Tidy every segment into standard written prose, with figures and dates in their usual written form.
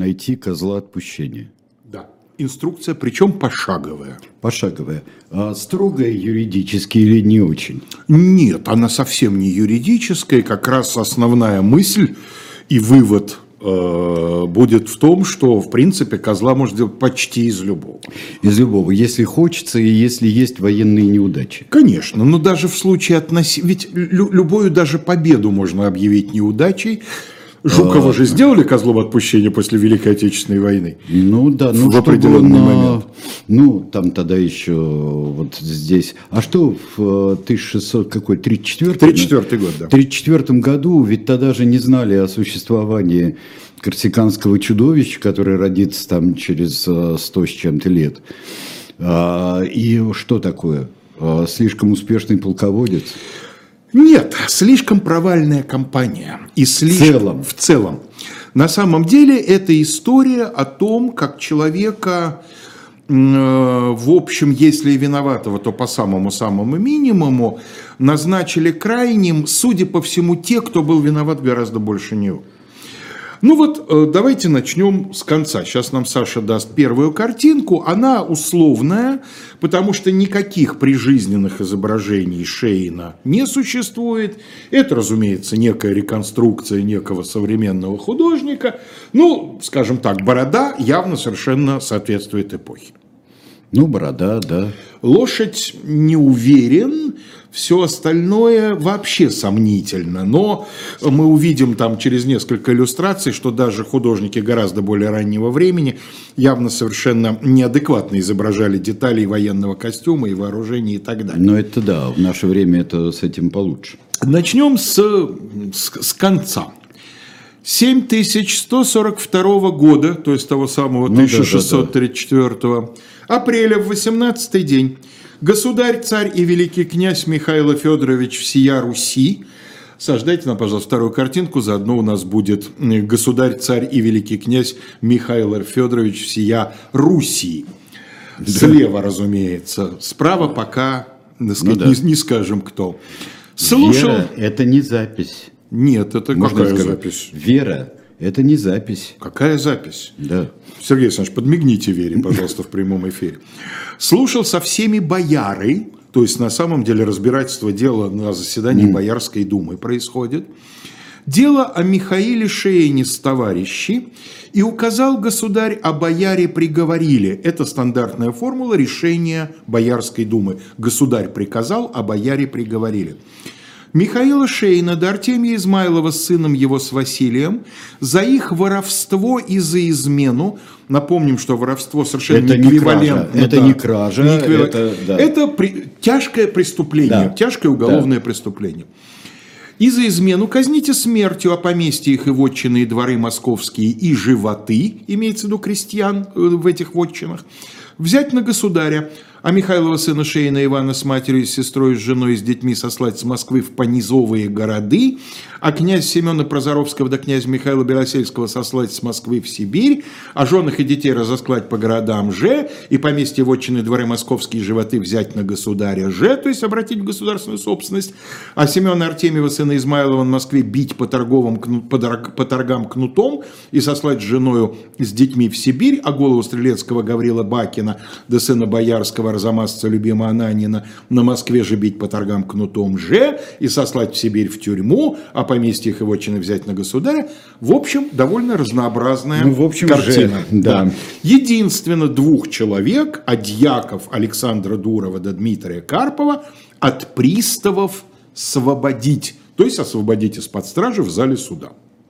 найти козла отпущения. Да. Инструкция, причем пошаговая. Пошаговая. А строгая юридически или не очень? Нет, она совсем не юридическая. Как раз основная мысль и вывод будет в том, что, в принципе, козла можно сделать почти из любого. Из любого, если хочется и если есть военные неудачи. Конечно, но даже в случае ведь любую даже победу можно объявить неудачей. Жукова же сделали козлом отпущения после Великой Отечественной войны. Ну да, ну в определенный момент. Ну, там тогда еще вот здесь. А что в 1634 34-й год, да. В 1934 году ведь тогда же не знали о существовании корсиканского чудовища, которое родится там через 100 с чем-то лет. И что такое? Слишком успешный полководец? Нет, слишком провальная кампания. И слишком, в целом. На самом деле, это история о том, как человека, в общем, если и виноватого, то по самому-самому минимуму, назначили крайним, судя по всему, те, кто был виноват гораздо больше него. Ну вот, давайте начнем с конца. Сейчас нам Саша даст первую картинку. Она условная, потому что никаких прижизненных изображений Шейна не существует. Это, разумеется, некая реконструкция некого современного художника. Ну, скажем так, борода явно совершенно соответствует эпохе. Ну, борода, да. Лошадь не уверен, все остальное вообще сомнительно. Но мы увидим там через несколько иллюстраций, что даже художники гораздо более раннего времени явно совершенно неадекватно изображали детали военного костюма и вооружения и так далее. Но это да, в наше время это с этим получше. Начнем с конца. 7142 года, то есть того самого 1634 апреля, в 18-й день, государь, царь и великий князь Михаил Федорович всея Руси. Саш, дайте нам, пожалуйста, вторую картинку, заодно у нас будет государь, царь и великий князь Михаил Федорович всея Руси. Слева, разумеется, справа пока, не скажем кто. Слушал... Вера – это не запись. Нет, это можно какая сказать, запись? Вера – это не запись. Какая запись? Да. Сергей Александрович, подмигните Вере, пожалуйста, в прямом эфире. Слушал со всеми бояры, то есть на самом деле разбирательство дела на заседании Боярской думы происходит. Дело о Михаиле Шейне с товарищи, и указал государь, а бояре приговорили. Это стандартная формула решения Боярской думы. Государь приказал, а бояре приговорили. Михаила Шейна до Артемия Измайлова с сыном его с Василием за их воровство и за измену. Напомним, что воровство совершенно это не эквивалентно. Это не кража. Это тяжкое преступление, да. Тяжкое уголовное преступление. И за измену казните смертью, а поместья их и вотчины, и дворы московские, и животы, имеется в виду крестьян в этих вотчинах, взять на государя, а Михайлова сына Шейна Ивана с матерью, с сестрой, с женой, с детьми сослать с Москвы в понизовые города, а князь Семена Прозоровского да князя Михаила Белосельского сослать с Москвы в Сибирь, а женах и детей разосклать по городам же, и поместья вотчины, дворы московские, животы взять на государя же, то есть обратить в государственную собственность, а Семена Артемьева сына Измайлова в Москве бить по торгам кнутом и сослать с женою с детьми в Сибирь, а голову Стрелецкого Гаврила Бакина да сына Боярского Арзамасца любима Ананина на Москве же бить по торгам кнутом же и сослать в Сибирь в тюрьму, а поместье их и вотчины взять на государя. В общем, довольно разнообразная картина. Да. Единственно двух человек, от дьяков Александра Дурова до Дмитрия Карпова, от приставов освободить, то есть освободить из-под стражи в зале суда.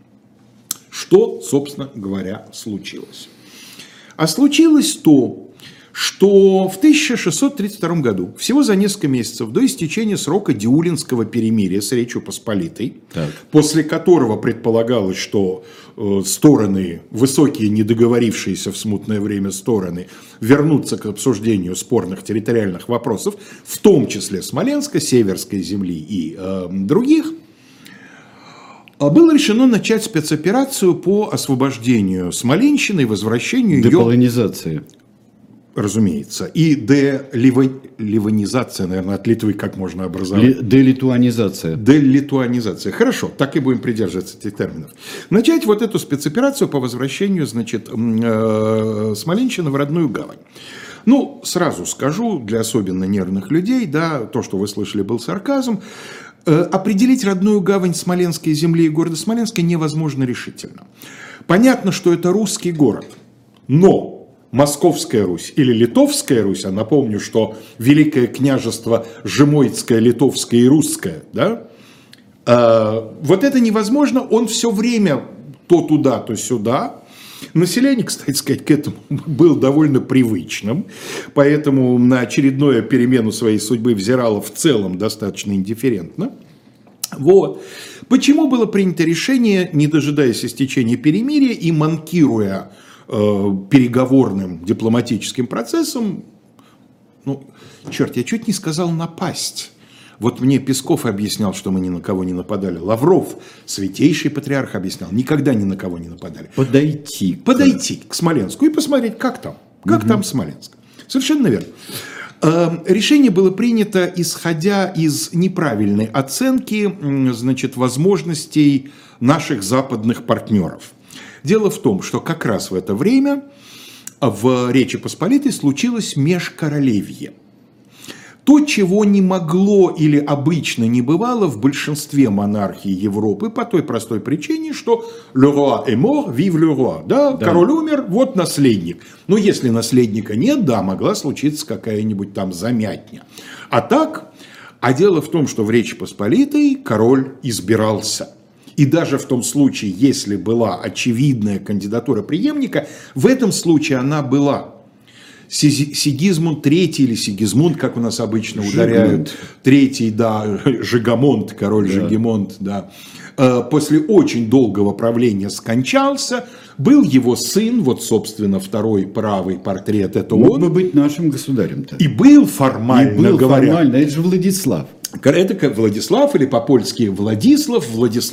Что, собственно говоря, случилось? А случилось то, что в 1632 году, всего за несколько месяцев до истечения срока Диулинского перемирия с Речью Посполитой, после которого предполагалось, что стороны, высокие, недоговорившиеся в смутное время стороны, вернутся к обсуждению спорных территориальных вопросов, в том числе Смоленска, Северской земли и других, было решено начать спецоперацию по освобождению Смоленщины и возвращению ее... Деполонизации. разумеется, и деливанизация, наверное, от Литвы как можно образовать? Делитуанизация. Делитуанизация. Хорошо, так и будем придерживаться этих терминов. Начать вот эту спецоперацию по возвращению, значит, Смоленщины в родную гавань. Ну, сразу скажу, для особенно нервных людей, да, то, что вы слышали, был сарказм. Определить родную гавань Смоленской земли и города Смоленска невозможно решительно. Понятно, что это русский город, но Московская Русь или Литовская Русь, а напомню, что Великое княжество Жемойцкое, Литовское и Русское, да, вот это невозможно, он все время то туда, то сюда. Население, кстати сказать, к этому было довольно привычным, поэтому на очередную перемену своей судьбы взирало в целом достаточно индифферентно. Вот. Почему было принято решение, не дожидаясь истечения перемирия и манкируя переговорным дипломатическим процессом, ну, черт, я чуть не сказал напасть. Вот мне Песков объяснял, что мы ни на кого не нападали. Лавров, святейший патриарх, объяснял, никогда ни на кого не нападали. Подойти к Смоленску и посмотреть, как там Смоленск. Совершенно верно. Решение было принято, исходя из неправильной оценки, значит, возможностей наших западных партнеров. Дело в том, что как раз в это время в Речи Посполитой случилось межкоролевье. То, чего не могло или обычно не бывало в большинстве монархий Европы по той простой причине, что le roi est mort, vive le roi. Да? Король умер, вот наследник. Но если наследника нет, да, могла случиться какая-нибудь там замятня. А дело в том, что в Речи Посполитой король избирался. И даже в том случае, если была очевидная кандидатура преемника, в этом случае она была. Сигизмунд III или Сигизмунд, как у нас обычно ударяют, третий, да, Жигамонт, король Жигемонт, да, после очень долгого правления скончался, был его сын, вот, собственно, второй правый портрет, это мог он. Мог бы быть нашим государем-то. И был формально говоря. Это же Владислав. Это Владислав, или по-польски Владислав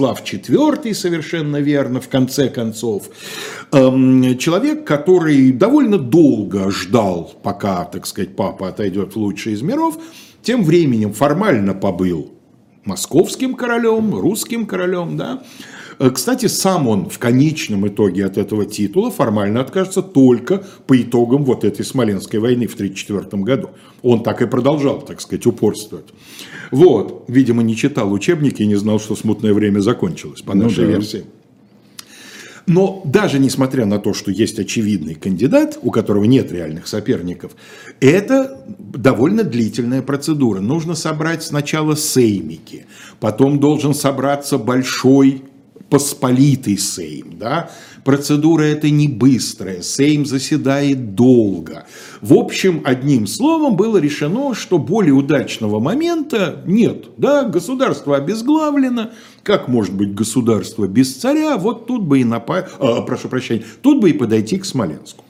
IV, совершенно верно, в конце концов. Человек, который довольно долго ждал, пока, так сказать, папа отойдет в лучший из миров, тем временем формально побыл московским королем, русским королем, да. Кстати, сам он в конечном итоге от этого титула формально откажется только по итогам вот этой Смоленской войны в 1934 году. Он так и продолжал, так сказать, упорствовать. Вот, видимо, не читал учебники и не знал, что смутное время закончилось, по нашей версии. Но даже несмотря на то, что есть очевидный кандидат, у которого нет реальных соперников, это довольно длительная процедура. Нужно собрать сначала сеймики, потом должен собраться большой посполитый сейм, да? Процедура эта не быстрая, сейм заседает долго. В общем, одним словом, было решено, что более удачного момента нет, да? Государство обезглавлено, как может быть государство без царя, вот тут бы и тут бы и подойти к Смоленску.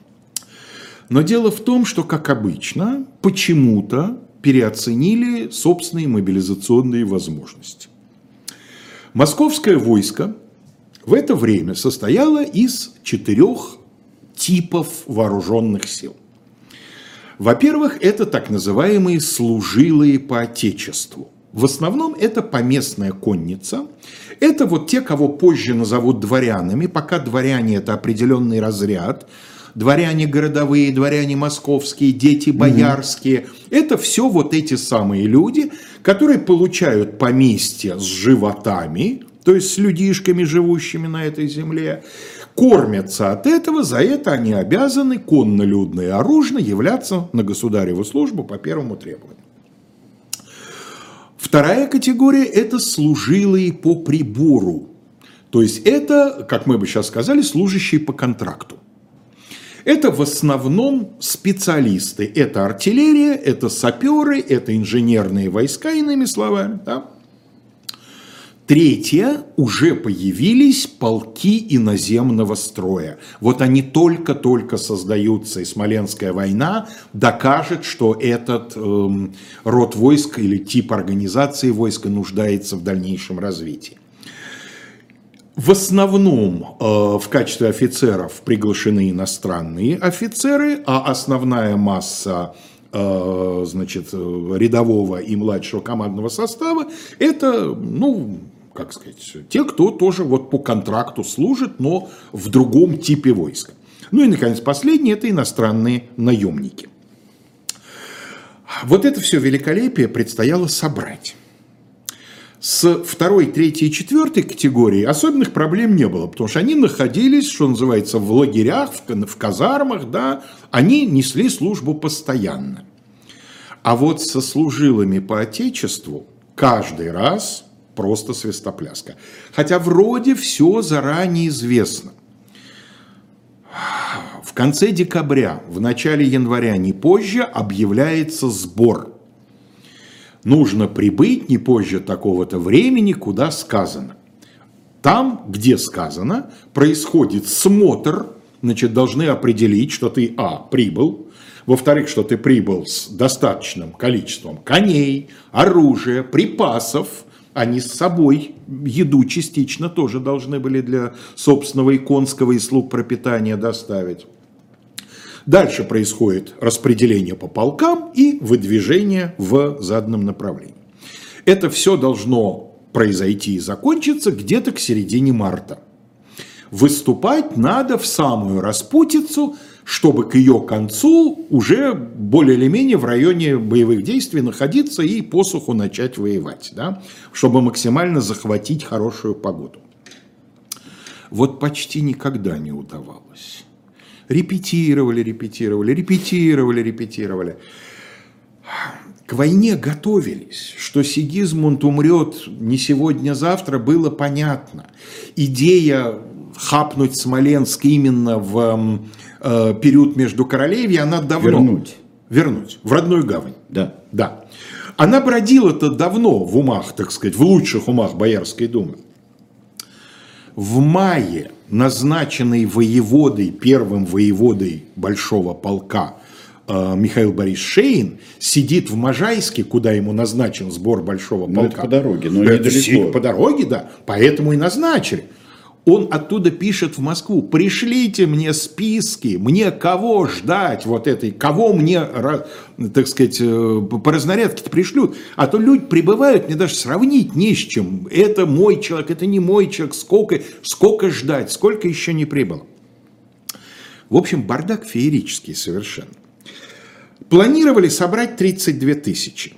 Но дело в том, что, как обычно, почему-то переоценили собственные мобилизационные возможности. Московское войско в это время состояло из 4 типов вооруженных сил. Во-первых, это так называемые служилые по отечеству. В основном это поместная конница. Это вот те, кого позже назовут дворянами. Пока дворяне – это определенный разряд. Дворяне городовые, дворяне московские, дети боярские. Это все вот эти самые люди, которые получают поместья с животами, то есть с людишками, живущими на этой земле, кормятся от этого, за это они обязаны конно-людно и оружно являться на государеву службу по первому требованию. Вторая категория – это служилые по прибору. То есть это, как мы бы сейчас сказали, служащие по контракту. Это в основном специалисты. Это артиллерия, это саперы, это инженерные войска, иными словами. Да? Третье, уже появились полки иноземного строя. Вот они только-только создаются, и Смоленская война докажет, что этот род войск или тип организации войска нуждается в дальнейшем развитии. В основном в качестве офицеров приглашены иностранные офицеры, а основная масса значит, рядового и младшего командного состава – это, ну, как сказать, те, кто тоже вот по контракту служит, но в другом типе войска. Ну и, наконец, последние – это иностранные наемники. Вот это все великолепие предстояло собрать. С 2, 3 и 4 категории особенных проблем не было, потому что они находились, что называется, в лагерях, в казармах, да, они несли службу постоянно. А вот со служилыми по Отечеству каждый раз просто свистопляска. Хотя вроде все заранее известно. В конце декабря, в начале января, не позже, объявляется сбор. Нужно прибыть не позже такого-то времени, куда сказано. Там, где сказано, происходит смотр, значит, должны определить, что ты, прибыл, во-вторых, что ты прибыл с достаточным количеством коней, оружия, припасов, они с собой еду частично тоже должны были для собственного и конского и слуг пропитания доставить. Дальше происходит распределение по полкам и выдвижение в заданном направлении. Это все должно произойти и закончиться где-то к середине марта. Выступать надо в самую распутицу, чтобы к ее концу уже более или менее в районе боевых действий находиться и посуху начать воевать, да? Чтобы максимально захватить хорошую погоду. Вот почти никогда не удавалось. Репетировали. К войне готовились. Что Сигизмунд умрет не сегодня-завтра, было понятно. Идея хапнуть Смоленск именно в период между королевьей, она давно... Вернуть. В родную гавань. Да. Она бродила-то давно в умах, так сказать, в лучших умах Боярской думы. В мае назначенный воеводой, первым воеводой большого полка Михаил Борисович Шейн сидит в Можайске, куда ему назначен сбор большого полка. Это по дороге, но недалеко. По дороге, да, поэтому и назначили. Он оттуда пишет в Москву: пришлите мне списки, мне кого ждать вот этой, кого мне, так сказать, по разнарядке-то пришлют. А то люди прибывают, мне даже сравнить не с чем. Это мой человек, это не мой человек, сколько ждать, сколько еще не прибыло. В общем, бардак феерический совершенно. Планировали собрать 32 тысячи.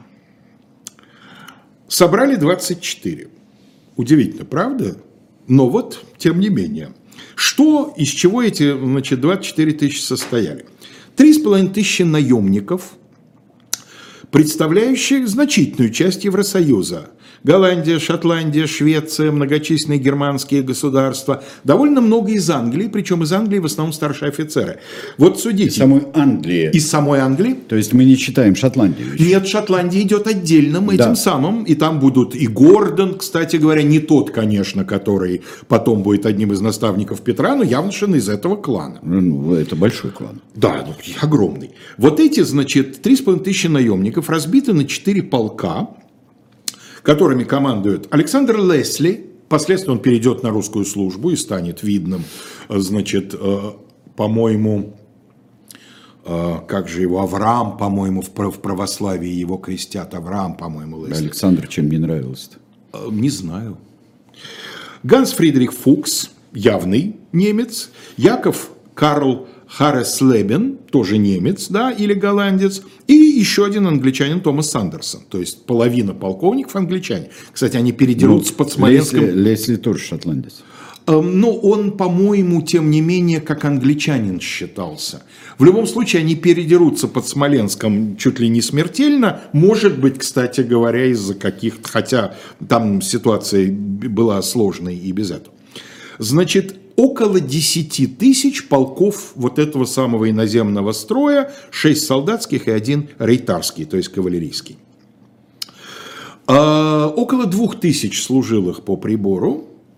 Собрали 24. Удивительно, правда? Но вот, тем не менее, из чего эти, значит, 24 тысячи состояли? 3,5 тысячи наемников, представляющих значительную часть Евросоюза. Голландия, Шотландия, Швеция, многочисленные германские государства. Довольно много из Англии, причем из Англии в основном старшие офицеры. Вот судите. Из самой Англии. Из самой Англии. То есть мы не считаем Шотландию еще. Нет, Шотландия идет отдельным этим самым. И там будут и Гордон, кстати говоря, не тот, конечно, который потом будет одним из наставников Петра, но явно совершенно из этого клана. Ну, это большой клан. Да, огромный. Вот эти, значит, 3,5 тысячи наемников разбиты на 4 полка, которыми командует Александр Лесли. Впоследствии он перейдет на русскую службу и станет видным, значит, по-моему, как же его, Авраам, по-моему, в православии его крестят, Авраам, по-моему, Лесли. Александр чем не нравился-то? Не знаю. Ганс Фридрих Фукс, явный немец, Яков Карл Харреслебен, тоже немец, да, или голландец, и еще один англичанин Томас Сандерсон, то есть половина полковников англичане. Кстати, они передерутся под Смоленском. Лесли тоже шотландец. Но он, по-моему, тем не менее, как англичанин считался. В любом случае, они передерутся под Смоленском чуть ли не смертельно. Может быть, кстати говоря, из-за каких-то, хотя там ситуация была сложной и без этого. Значит, около 10 тысяч полков вот этого самого иноземного строя, 6 солдатских и 1 рейтарский, то есть кавалерийский. Около 2000 служилых по прибору.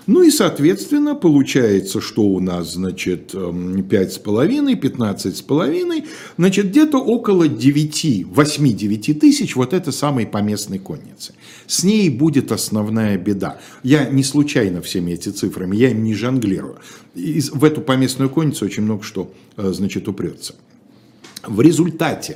Ну и, соответственно, получается, что у нас, значит, 5,5, 15,5, значит, где-то около 8-9 тысяч вот это самой поместной конницы. С ней будет основная беда. Я не случайно всеми эти цифрами, я им не жонглирую. В эту поместную конницу очень много что, значит, упрется. В результате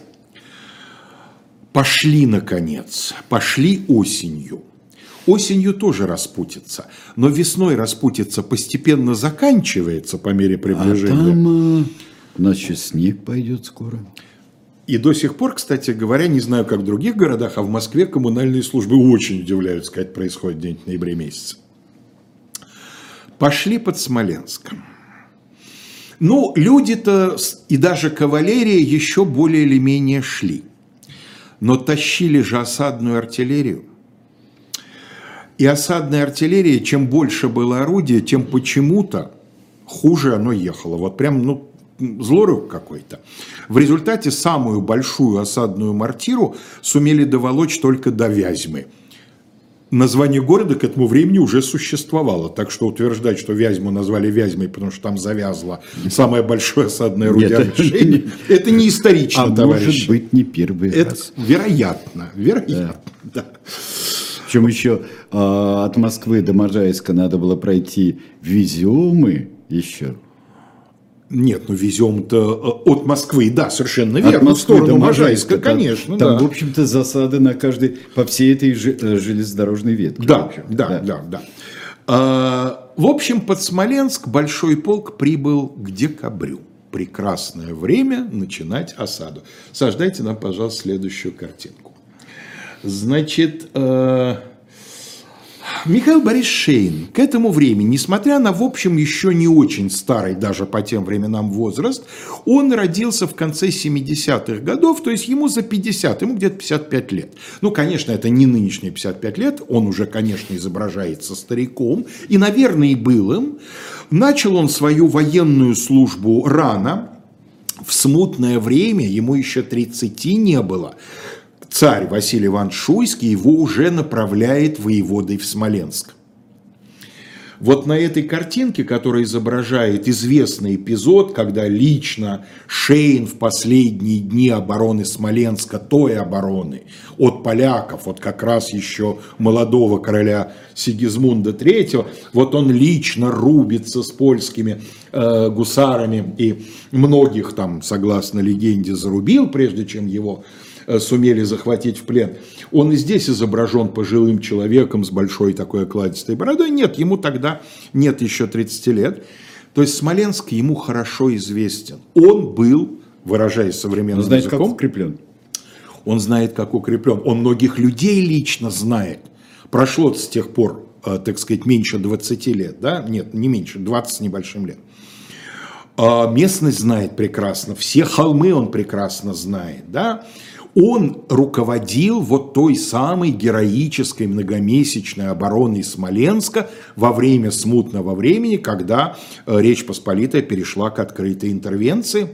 пошли, наконец, пошли осенью. Осенью тоже распутится, но весной распутится постепенно заканчивается по мере приближения. А там, значит, снег пойдет скоро. И до сих пор, кстати говоря, не знаю, как в других городах, а в Москве коммунальные службы очень удивляются, когда это происходит где-нибудь в ноябре месяце. Пошли под Смоленском. Ну, люди-то и даже кавалерия еще более или менее шли. Но тащили же осадную артиллерию. И осадная артиллерия, чем больше было орудия, тем почему-то хуже оно ехало. Вот прям, злорык какой-то. В результате самую большую осадную мортиру сумели доволочь только до Вязьмы. Название города к этому времени уже существовало. Так что утверждать, что Вязьму назвали Вязьмой, потому что там завязло самое большее осадное орудие, это не исторично, товарищи. Может быть, не первый раз. Вероятно, да. Причем еще от Москвы до Можайска надо было пройти Веземы еще. Нет, Везем-то от Москвы, да, совершенно верно, в сторону Можайска, конечно. Там, в общем-то, засады на каждой, по всей этой железнодорожной ветке. Да. В общем, под Смоленск большой полк прибыл к декабрю. Прекрасное время начинать осаду. Сождайте нам, пожалуйста, следующую картинку. Значит, Михаил Борисович Шейн к этому времени, несмотря на, в общем, еще не очень старый даже по тем временам возраст, он родился в конце 70-х годов, то есть ему за 50, ему где-то 55 лет. Ну, конечно, это не нынешние 55 лет, он уже, конечно, изображается стариком, и, наверное, и был им. Начал он свою военную службу рано, в смутное время, ему еще 30 не было. Царь Василий Иванович Шуйский его уже направляет воеводой в Смоленск. Вот на этой картинке, которая изображает известный эпизод, когда лично Шейн в последние дни обороны Смоленска, той обороны от поляков, вот как раз еще молодого короля Сигизмунда III, вот он лично рубится с польскими гусарами и многих там, согласно легенде, зарубил, прежде чем его сумели захватить в плен. Он и здесь изображен пожилым человеком с большой такой окладистой бородой. Нет, ему тогда нет еще 30 лет. То есть Смоленск ему хорошо известен. Он был, выражаясь современным языком... Он знает, как укреплен. Он знает, как укреплен. Он многих людей лично знает. Прошло с тех пор, так сказать, меньше 20 лет. Да? Нет, не меньше, 20 с небольшим лет. Местность знает прекрасно. Все холмы он прекрасно знает. Да? Он руководил вот той самой героической многомесячной обороной Смоленска во время смутного времени, когда Речь Посполитая перешла к открытой интервенции.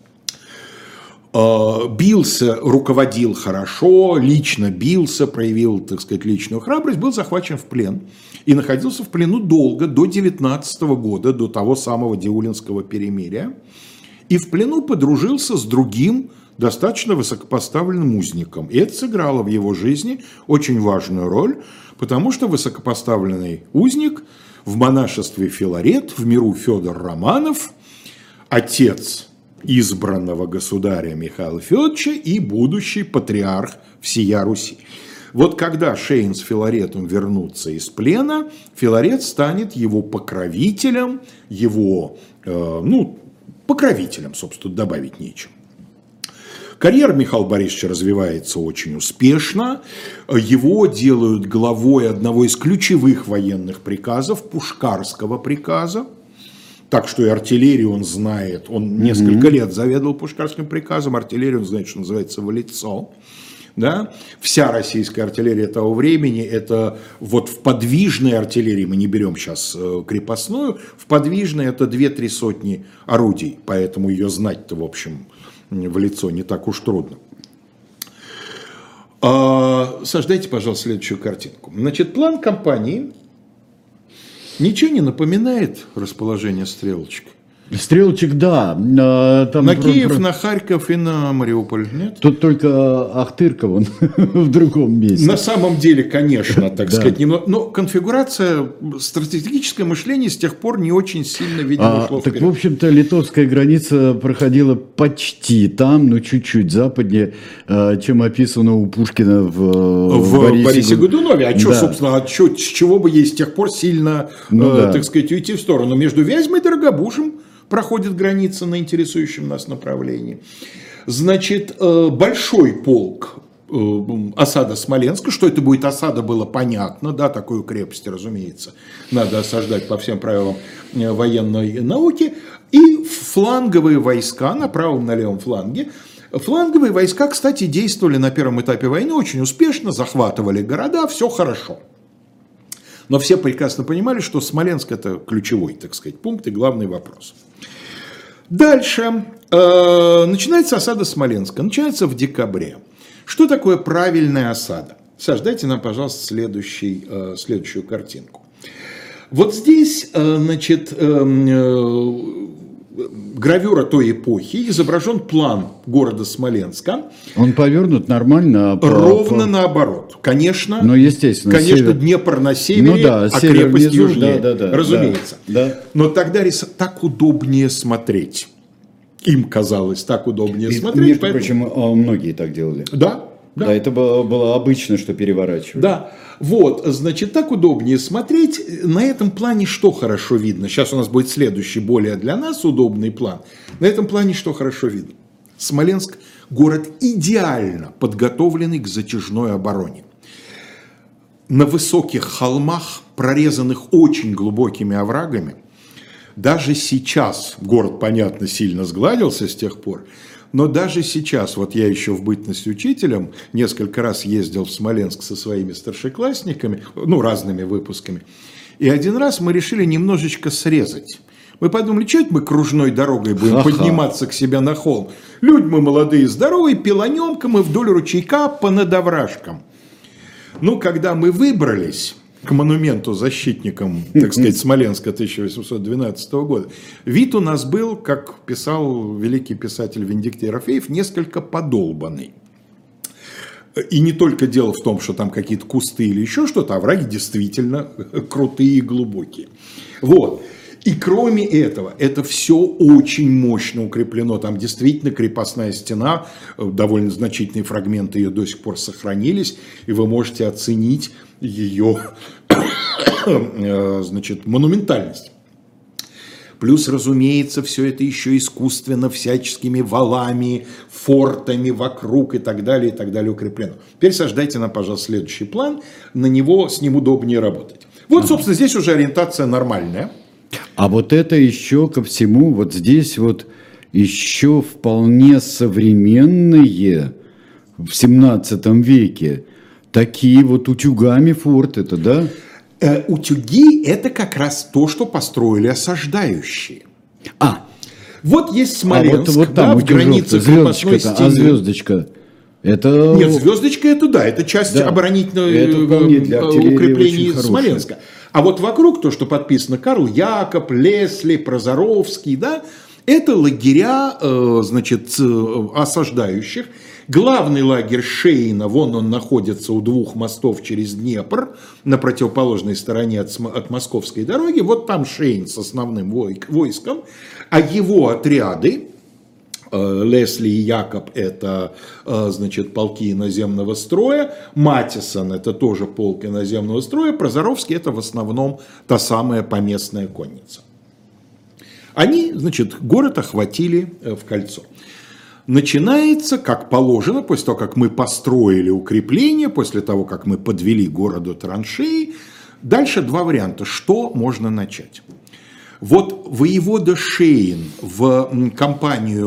Бился, руководил хорошо, лично бился, проявил, так сказать, личную храбрость, был захвачен в плен. И находился в плену долго, до 19 года, до того самого Диулинского перемирия. И в плену подружился с другим достаточно высокопоставленным узником. И это сыграло в его жизни очень важную роль, потому что высокопоставленный узник в монашестве Филарет, в миру Федор Романов, отец избранного государя Михаила Федоровича и будущий патриарх всея Руси. Вот когда Шейн с Филаретом вернутся из плена, Филарет станет его покровителем, его, покровителем, собственно, добавить нечего. Карьера Михаила Борисовича развивается очень успешно. Его делают главой одного из ключевых военных приказов, Пушкарского приказа. Так что и артиллерию он знает. Он несколько лет заведовал Пушкарским приказом. Артиллерию он знает, что называется, в лицо. Да? Вся российская артиллерия того времени, это вот в подвижной артиллерии, мы не берем сейчас крепостную, в подвижной это 2-3 сотни орудий. Поэтому ее знать-то, в общем, в лицо не так уж трудно. Сождайте, пожалуйста, следующую картинку. Значит, план кампании Ничего не напоминает расположение стрелочек? Стрелочек, да. Там на Киев, на Харьков и на Мариуполь, нет? Тут только Ахтырка вон в другом месте. На самом деле, конечно, так сказать, немного. Но конфигурация, стратегическое мышление с тех пор не очень сильно, видимо, ушло вперед. Так, в общем-то, литовская граница проходила почти там, но чуть-чуть западнее, чем описано у Пушкина в Борисе Годунове. А что, собственно, с чего бы ей с тех пор сильно, так сказать, уйти в сторону? Между Вязьмой и Дорогобужем проходит граница на интересующем нас направлении. Значит, большой полк, осада Смоленска. Что это будет осада, было понятно. Да, такую крепость, разумеется, надо осаждать по всем правилам военной науки. И фланговые войска на правом, на левом фланге. Фланговые войска, кстати, действовали на первом этапе войны очень успешно, захватывали города, все хорошо. Но все прекрасно понимали, что Смоленск – это ключевой, так сказать, пункт и главный вопрос. Дальше. Начинается осада Смоленска. Начинается в декабре. Что такое правильная осада? Саш, дайте нам, пожалуйста, следующую картинку. Вот здесь, значит, гравюра той эпохи, изображен план города Смоленска. Он повернут нормально? Ровно наоборот. Конечно, ну, естественно, конечно, Днепр на севере, ну, да, а север крепость внизу, южнее, да, разумеется. Да. Но тогда так удобнее смотреть. Им казалось так удобнее смотреть. Между прочим, многие так делали. Да. Да, это было обычно, что переворачивали. Да, вот, значит, так удобнее смотреть. На этом плане что хорошо видно? Сейчас у нас будет следующий, более для нас удобный план. На этом плане что хорошо видно? Смоленск – город идеально подготовленный к затяжной обороне. На высоких холмах, прорезанных очень глубокими оврагами, даже сейчас, город, понятно, сильно сгладился с тех пор, но даже сейчас, вот я еще в бытность учителем несколько раз ездил в Смоленск со своими старшеклассниками, ну, разными выпусками, и один раз мы решили немножечко срезать. Мы подумали, что это мы кружной дорогой будем подниматься к себе на холм? Люди мы молодые, здоровые, пилонемка мы вдоль ручейка по надовражкам. Ну, когда мы выбрались к монументу защитникам, так сказать, Смоленска 1812 года, вид у нас был, как писал великий писатель Венедикт Ерофеев, несколько подолбанный. И не только дело в том, что там какие-то кусты или еще что-то, а овраги действительно крутые и глубокие. Вот. И кроме этого, это все очень мощно укреплено. Там действительно крепостная стена, довольно значительные фрагменты ее до сих пор сохранились, и вы можете оценить ее, значит, монументальность. Плюс, разумеется, все это еще искусственно всяческими валами, фортами вокруг и так далее укреплено. Теперь сождайте нам, пожалуйста, следующий план, с ним удобнее работать. Вот, собственно, здесь уже ориентация нормальная. А вот это еще ко всему, вот здесь вот еще вполне современные в 17 веке такие вот утюгами форт, это да? Утюги – это как раз то, что построили осаждающие. Вот есть Смоленск, вот там, в границах крепостной стены. А звездочка? Это... Нет, звездочка это да, это часть оборонительных укреплений Смоленска. А вот вокруг то, что подписано Карл Якоб, Лесли, Прозоровский, да, это лагеря, значит, осаждающих. Главный лагерь Шейна, вон он находится у двух мостов через Днепр, на противоположной стороне от Московской дороги. Вот там Шейн с основным войском, а его отряды, Лесли и Якоб – это, значит, полки иноземного строя, Матисон – это тоже полк иноземного строя, Прозоровский – это в основном та самая поместная конница. Они, значит, город охватили в кольцо. Начинается, как положено, после того, как мы построили укрепление, после того, как мы подвели городу траншеи, дальше два варианта, что можно начать. Вот воевода Шейн в кампанию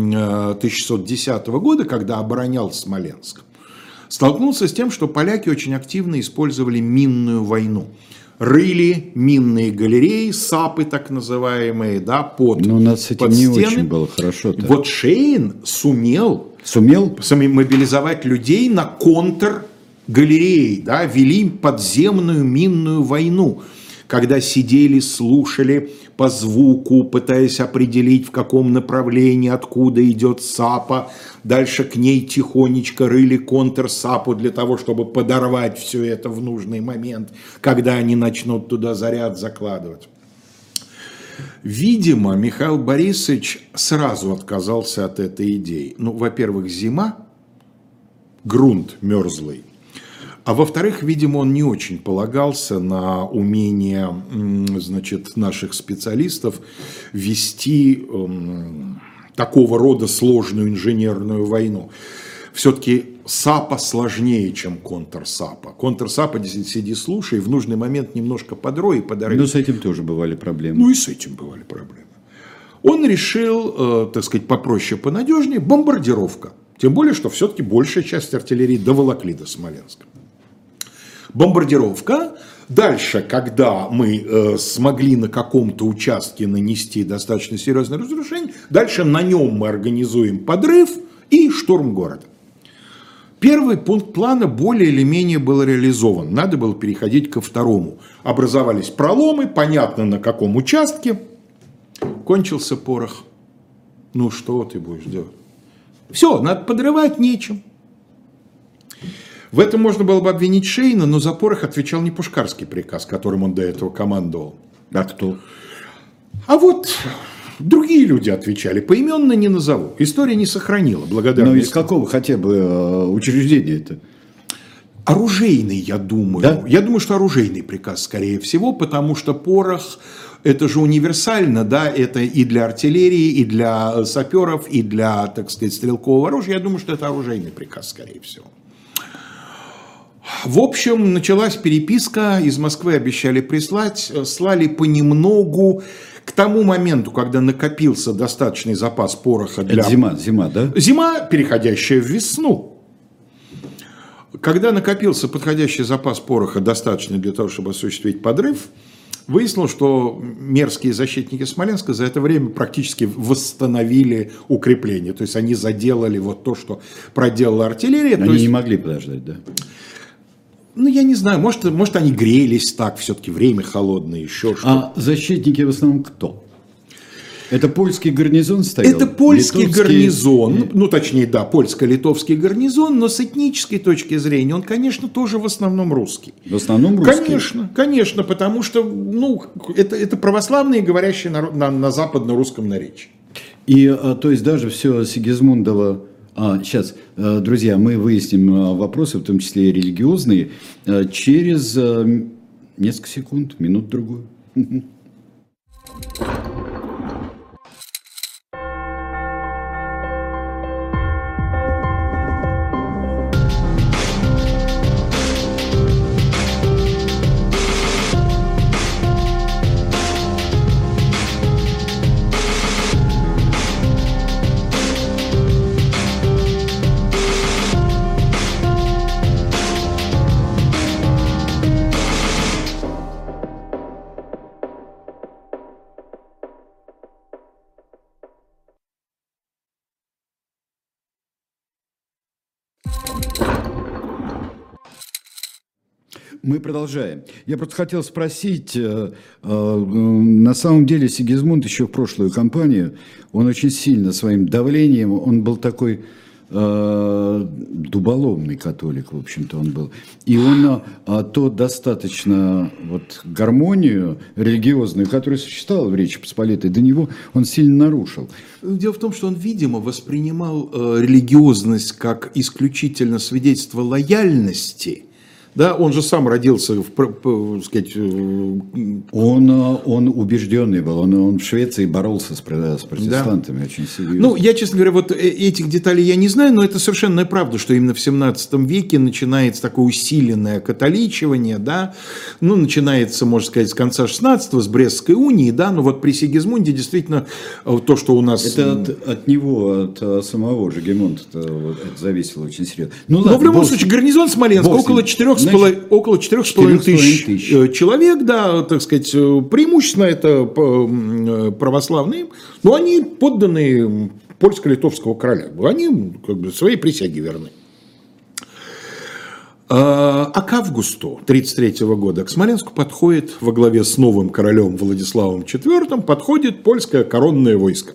1610 года, когда оборонял Смоленск, столкнулся с тем, что поляки очень активно использовали минную войну. Рыли минные галереи, сапы так называемые, да, под но у нас с этим не очень было хорошо. Вот Шейн сумел мобилизовать людей на контргалереи, да, вели подземную минную войну. когда сидели, слушали по звуку, пытаясь определить, в каком направлении, откуда идет сапа. Дальше к ней тихонечко рыли контрсапу для того, чтобы подорвать все это в нужный момент, когда они начнут туда заряд закладывать. Видимо, Михаил Борисович сразу отказался от этой идеи. Ну, во-первых, зима, грунт мерзлый. А во-вторых, видимо, он не очень полагался на умение, значит, наших специалистов вести такого рода сложную инженерную войну. Все-таки сапа сложнее, чем контрсапа. Контрсапа, действительно, сиди, слушай, в нужный момент немножко подрой и подари. Но с этим тоже бывали проблемы. Ну и с этим бывали проблемы. Он решил, так сказать, попроще, понадежнее, бомбардировка. Тем более, что все-таки большая часть артиллерии доволокли до Смоленска. Бомбардировка. Дальше, когда мы смогли на каком-то участке нанести достаточно серьезное разрушение, дальше на нем мы организуем подрыв и штурм города. Первый пункт плана более или менее был реализован. Надо было переходить ко второму. Образовались проломы, понятно на каком участке. Кончился порох. Ну что ты будешь делать? Все, надо подрывать, нечем. В этом можно было бы обвинить Шейна, но за порох отвечал не Пушкарский приказ, которым он до этого командовал. А кто? А вот другие люди отвечали, поименно не назову. История не сохранила, благодаря. Но из какого хотя бы учреждения это? Оружейный, я думаю. Да? Я думаю, что оружейный приказ, скорее всего, потому что порох, это же универсально, да, это и для артиллерии, и для саперов, и для, так сказать, стрелкового оружия. Я думаю, что это оружейный приказ, скорее всего. В общем, началась переписка, из Москвы обещали прислать, слали понемногу. К тому моменту, когда накопился достаточный запас пороха для... Это зима, да? Зима, переходящая в весну. Когда накопился подходящий запас пороха, достаточный для того, чтобы осуществить подрыв, выяснилось, что мерзкие защитники Смоленска за это время практически восстановили укрепление. То есть они заделали вот то, что проделала артиллерия. Они не могли подождать, да? Ну, я не знаю, может они грелись так, все-таки время холодное, еще что-то. А защитники в основном кто? Это польский гарнизон стоял? Это польский гарнизон, ну, точнее, да, польско-литовский гарнизон, но с этнической точки зрения он, конечно, тоже в основном русский. В основном русский? Конечно, потому что, ну, это православные, говорящие на западно-русском наречии. И, то есть, даже все Сигизмундово... Сейчас, друзья, мы выясним вопросы, в том числе и религиозные, через несколько секунд, минут-другую. Мы продолжаем. Я просто хотел спросить, на самом деле Сигизмунд еще в прошлую кампанию, он очень сильно своим давлением, он был такой дуболомный католик, в общем-то, он был. И он то достаточно вот гармонию религиозную, которая существовала в Речи Посполитой, до него он сильно нарушил. Дело в том, что он, видимо, воспринимал религиозность как исключительно свидетельство лояльности. Да, он же сам родился, сказать... Он убежденный был, он в Швеции боролся с протестантами, да, очень серьезно. Ну, я, честно говоря, вот этих деталей я не знаю, но это совершенная правда, что именно в 17 веке начинается такое усиленное католичивание, да, ну, начинается, можно сказать, с конца 16-го, с Брестской унии, да, но вот при Сигизмунде действительно то, что у нас... Это от него, от самого Жигемонта это зависело очень серьезно. Ну, ладно, но в любом случае, гарнизон Смоленска около 4,5 тысяч человек, да, так сказать, преимущественно это православные, но они подданные польско-литовского короля, они как бы своей присяге верны. А к августу 1933 года к Смоленску подходит во главе с новым королем Владиславом IV, подходит польское коронное войско.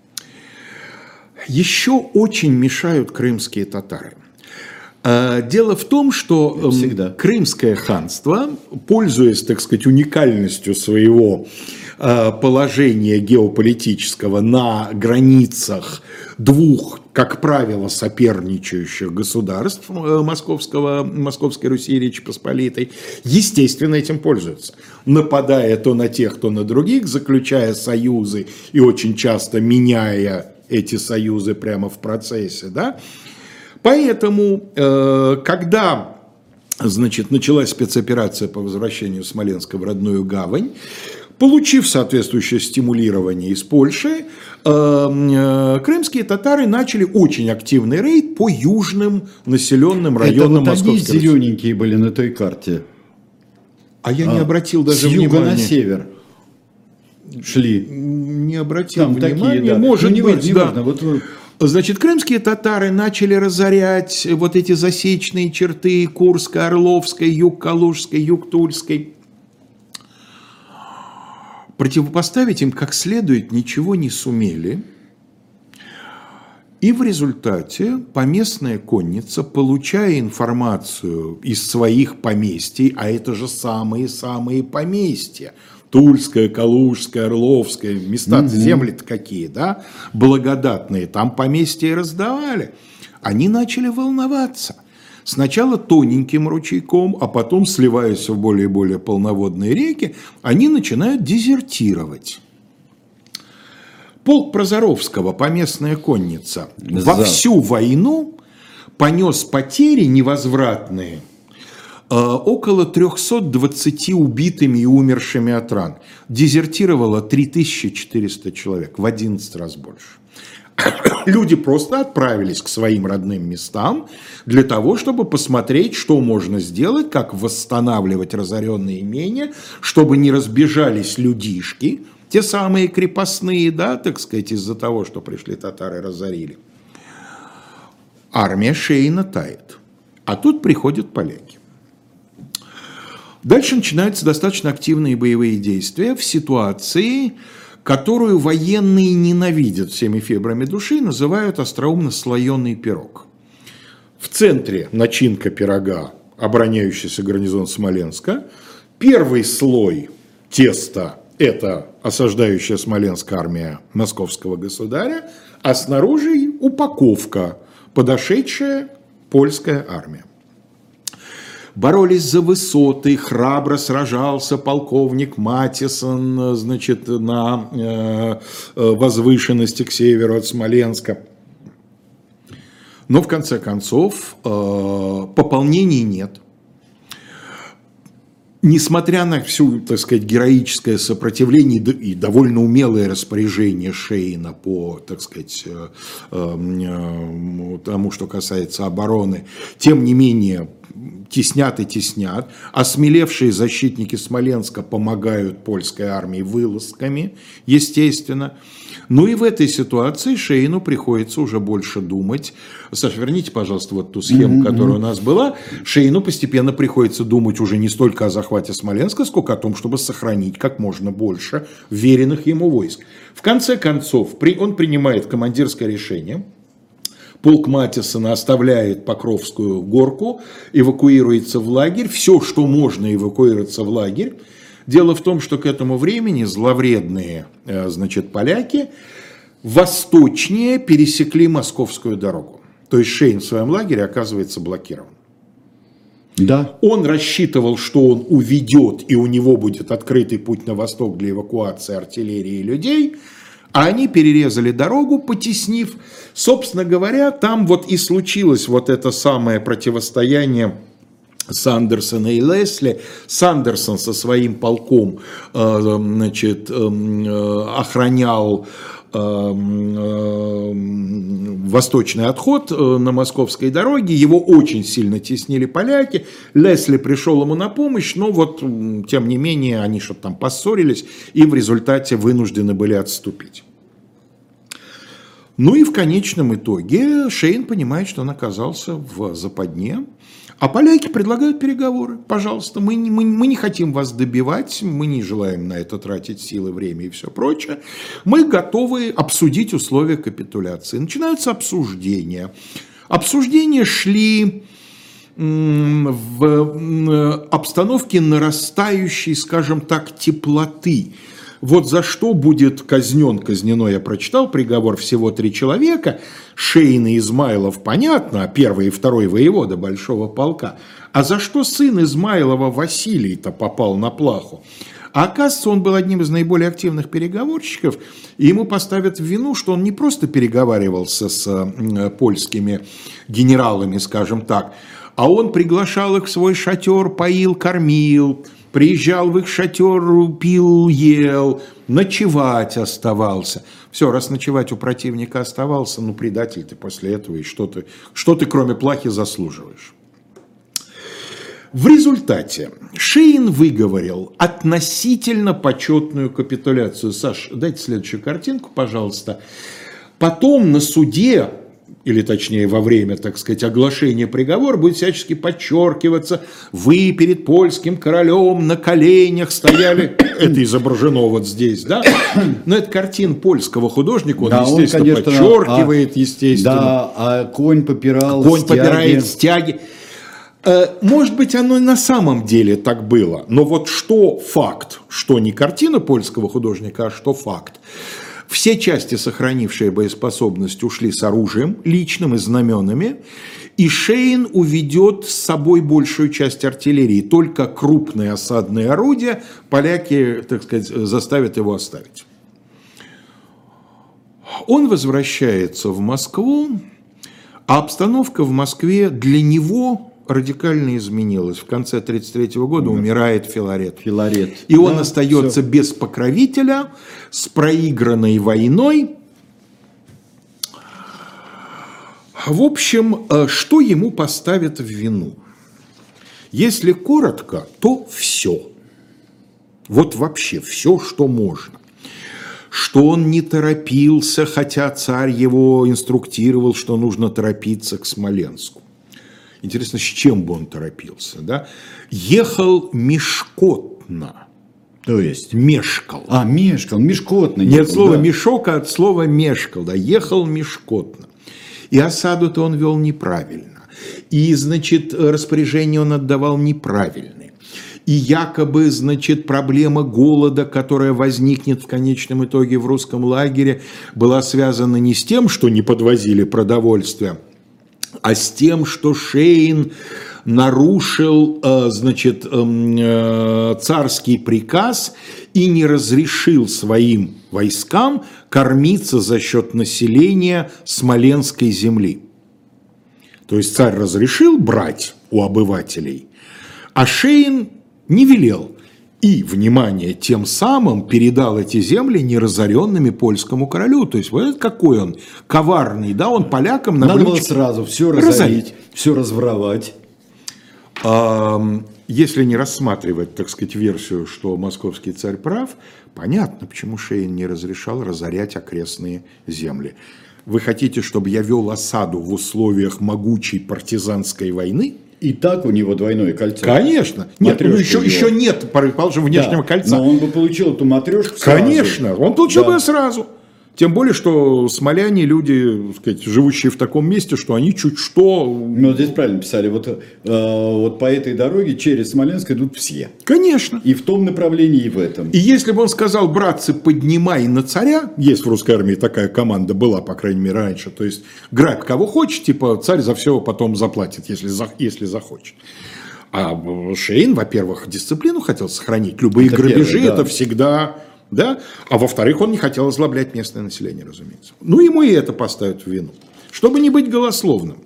Еще очень мешают крымские татары. Дело в том, что Крымское ханство, пользуясь, так сказать, уникальностью своего положения геополитического на границах двух, как правило, соперничающих государств Московской Руси и Речи Посполитой, естественно, этим пользуется, нападая то на тех, то на других, заключая союзы и очень часто меняя эти союзы прямо в процессе, да? Поэтому, когда, значит, началась спецоперация по возвращению Смоленска в родную гавань, получив соответствующее стимулирование из Польши, крымские татары начали очень активный рейд по южным населенным районам Московской Руси. Это вот они зелененькие были на той карте. А я не обратил даже внимания. С юга на север шли. Не обратил там внимания. Такие, да. Может быть, не да. важно. Вот... Значит, крымские татары начали разорять вот эти засечные черты Курской, Орловской, юг Калужской, юг Тульской. Противопоставить им как следует ничего не сумели. И в результате поместная конница, получая информацию из своих поместий, а это же самые-самые поместья, Тульская, Калужская, Орловская, места, земли-то какие, да, благодатные, там поместья и раздавали. Они начали волноваться. Сначала тоненьким ручейком, а потом, сливаясь в более и более полноводные реки, они начинают дезертировать. Полк Прозоровского, поместная конница, во всю войну понес потери невозвратные, около 320 убитыми и умершими от ран. Дезертировало 3400 человек, в 11 раз больше. Люди просто отправились к своим родным местам для того, чтобы посмотреть, что можно сделать, как восстанавливать разоренные имения, чтобы не разбежались людишки, те самые крепостные, да, так сказать, из-за того, что пришли татары, разорили. Армия Шейна тает. А тут приходят поляки. Дальше начинаются достаточно активные боевые действия в ситуации, которую военные ненавидят всеми фибрами души, называют остроумно слоеный пирог. В центре начинка пирога, обороняющийся гарнизон Смоленска. Первый слой теста – это осаждающая Смоленск армия московского государя, а снаружи упаковка, подошедшая польская армия. Боролись за высоты, храбро сражался полковник Матисон, значит, на возвышенности к северу от Смоленска. Но в конце концов пополнений нет. Несмотря на всю, так сказать, героическое сопротивление и довольно умелое распоряжение Шейна по, так сказать, тому, что касается обороны, тем не менее теснят и теснят. Осмелевшие защитники Смоленска помогают польской армии вылазками, естественно. Ну и в этой ситуации Шейну приходится уже больше думать. Саша, верните, пожалуйста, вот ту схему, которая у нас была. Шейну постепенно приходится думать уже не столько о захвате Смоленска, сколько о том, чтобы сохранить как можно больше веренных ему войск. В конце концов, он принимает командирское решение. Полк Матисона оставляет Покровскую горку, эвакуируется в лагерь. Все, что можно, эвакуироваться в лагерь. Дело в том, что к этому времени зловредные, значит, поляки восточнее пересекли Московскую дорогу. То есть Шейн в своем лагере оказывается блокирован. Да. Он рассчитывал, что он уведет, и у него будет открытый путь на восток для эвакуации артиллерии и людей, а они перерезали дорогу, потеснив. Собственно говоря, там вот и случилось вот это самое противостояние Сандерсона и Лесли. Сандерсон со своим полком, значит, охранял восточный отход на Московской дороге. Его очень сильно теснили поляки. Лесли пришел ему на помощь, но вот, тем не менее, они что-то там поссорились и в результате вынуждены были отступить. Ну и в конечном итоге Шейн понимает, что он оказался в западне. А поляки предлагают переговоры. Пожалуйста, мы не хотим вас добивать, мы не желаем на это тратить силы, время и все прочее. Мы готовы обсудить условия капитуляции. Начинаются обсуждения. Обсуждения шли в обстановке нарастающей, скажем так, теплоты. Вот за что будет казнено, я прочитал, приговор всего 3 человека, Шейн и Измайлов, понятно, первый и второй воевода Большого полка, а за что сын Измайлова Василий-то попал на плаху? А оказывается, он был одним из наиболее активных переговорщиков, и ему поставят в вину, что он не просто переговаривался с польскими генералами, скажем так, а он приглашал их в свой шатер, поил, кормил, приезжал в их шатер, пил, ел, ночевать оставался. Все, раз ночевать у противника оставался, ну, предатель ты после этого, и что ты кроме плахи заслуживаешь? В результате Шейн выговорил относительно почетную капитуляцию. Саш, дайте следующую картинку, пожалуйста. Потом на суде, или точнее во время, так сказать, оглашения приговора, будет всячески подчеркиваться: вы перед польским королем на коленях стояли. Это изображено вот здесь, да? Но это картина польского художника, он, да, естественно, он, конечно, подчеркивает, естественно. Да, а конь попирал стяги. Конь попирает стяги. Может быть, оно и на самом деле так было, но вот что факт, что не картина польского художника, а что факт. Все части, сохранившие боеспособность, ушли с оружием личным и знаменами, и Шейн уведет с собой большую часть артиллерии. Только крупные осадные орудия поляки, так сказать, заставят его оставить. Он возвращается в Москву, а обстановка в Москве для него радикально изменилась. В конце 1933 года умирает Филарет. И он остается без покровителя, с проигранной войной. В общем, что ему поставят в вину? Если коротко, то все. Вот вообще все, что можно. Что он не торопился, хотя царь его инструктировал, что нужно торопиться к Смоленску. Интересно, с чем бы он торопился, да? Ехал мешкотно. То есть? Мешкал. Мешкотно. Не от слова мешок, а от слова мешкал, да, ехал мешкотно. И осаду-то он вел неправильно. И, значит, распоряжение он отдавал неправильные. И якобы, значит, проблема голода, которая возникнет в конечном итоге в русском лагере, была связана не с тем, что не подвозили продовольствие, а с тем, что Шейн нарушил, значит, царский приказ и не разрешил своим войскам кормиться за счет населения Смоленской земли. То есть царь разрешил брать у обывателей, а Шейн не велел. И, внимание, тем самым передал эти земли неразоренными польскому королю. То есть, вот какой он коварный, да, он полякам на блюдечке. Надо было сразу все разорить, все разворовать. Если не рассматривать, так сказать, версию, что московский царь прав, понятно, почему Шейн не разрешал разорять окрестные земли. Вы хотите, чтобы я вел осаду в условиях могучей партизанской войны? И так у него двойное кольцо. Конечно. Нет, еще нет, предположим, внешнего кольца. Но он бы получил эту матрешку сразу. Конечно, он получил бы сразу. Тем более, что смоляне люди, так сказать, живущие в таком месте, что они чуть что... Ну, здесь правильно писали. Вот по этой дороге через Смоленск идут все. Конечно. И в том направлении, и в этом. И если бы он сказал: братцы, поднимай на царя, есть в русской армии такая команда, была, по крайней мере, раньше, то есть грабь кого хочешь, типа царь за все потом заплатит, если захочет. А Шейн, во-первых, дисциплину хотел сохранить. Любые грабежи это всегда... Да? А во-вторых, он не хотел озлоблять местное население, разумеется. Ну, ему и это поставят в вину. Чтобы не быть голословным.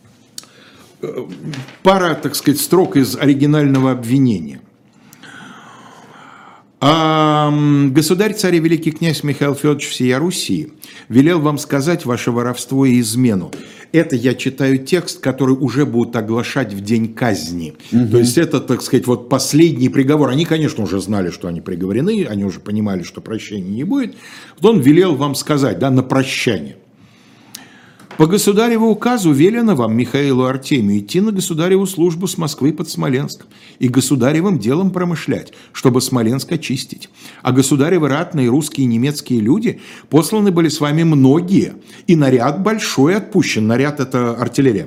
Пара, так сказать, строк из оригинального обвинения. Государь, царь и великий князь Михаил Федорович всея Руси велел вам сказать ваше воровство и измену. Это я читаю текст, который уже будут оглашать в день казни. То есть это, так сказать, вот последний приговор. Они, конечно, уже знали, что они приговорены, они уже понимали, что прощения не будет. Вот он велел вам сказать, да, на прощание. По государеву указу велено вам, Михаилу Артемию, идти на государеву службу с Москвы под Смоленск и государевым делом промышлять, чтобы Смоленск очистить. А государевы ратные русские и немецкие люди посланы были с вами многие, и наряд большой отпущен, наряд – это артиллерия,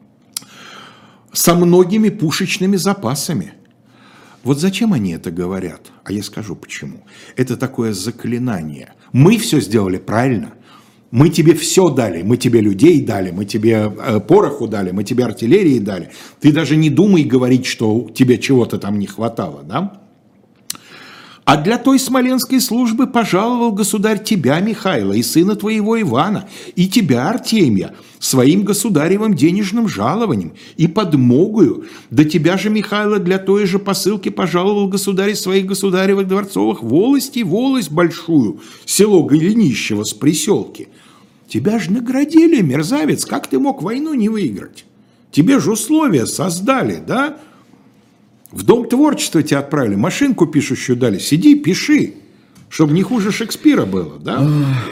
со многими пушечными запасами. Вот зачем они это говорят? А я скажу почему. Это такое заклинание. Мы все сделали правильно. Мы тебе все дали, мы тебе людей дали, мы тебе пороху дали, мы тебе артиллерии дали. Ты даже не думай говорить, что тебе чего-то там не хватало, да? А для той смоленской службы пожаловал государь тебя, Михаила, и сына твоего Ивана, и тебя, Артемия, своим государевым денежным жалованием и подмогою. Да тебя же, Михаила, для той же посылки пожаловал государь своих государевых дворцовых волостей, волость большую, село Голенищево с приселки. Тебя же наградили, мерзавец, как ты мог войну не выиграть? Тебе же условия создали, да? В Дом творчества тебя отправили, машинку пишущую дали, сиди, пиши, чтобы не хуже Шекспира было, да?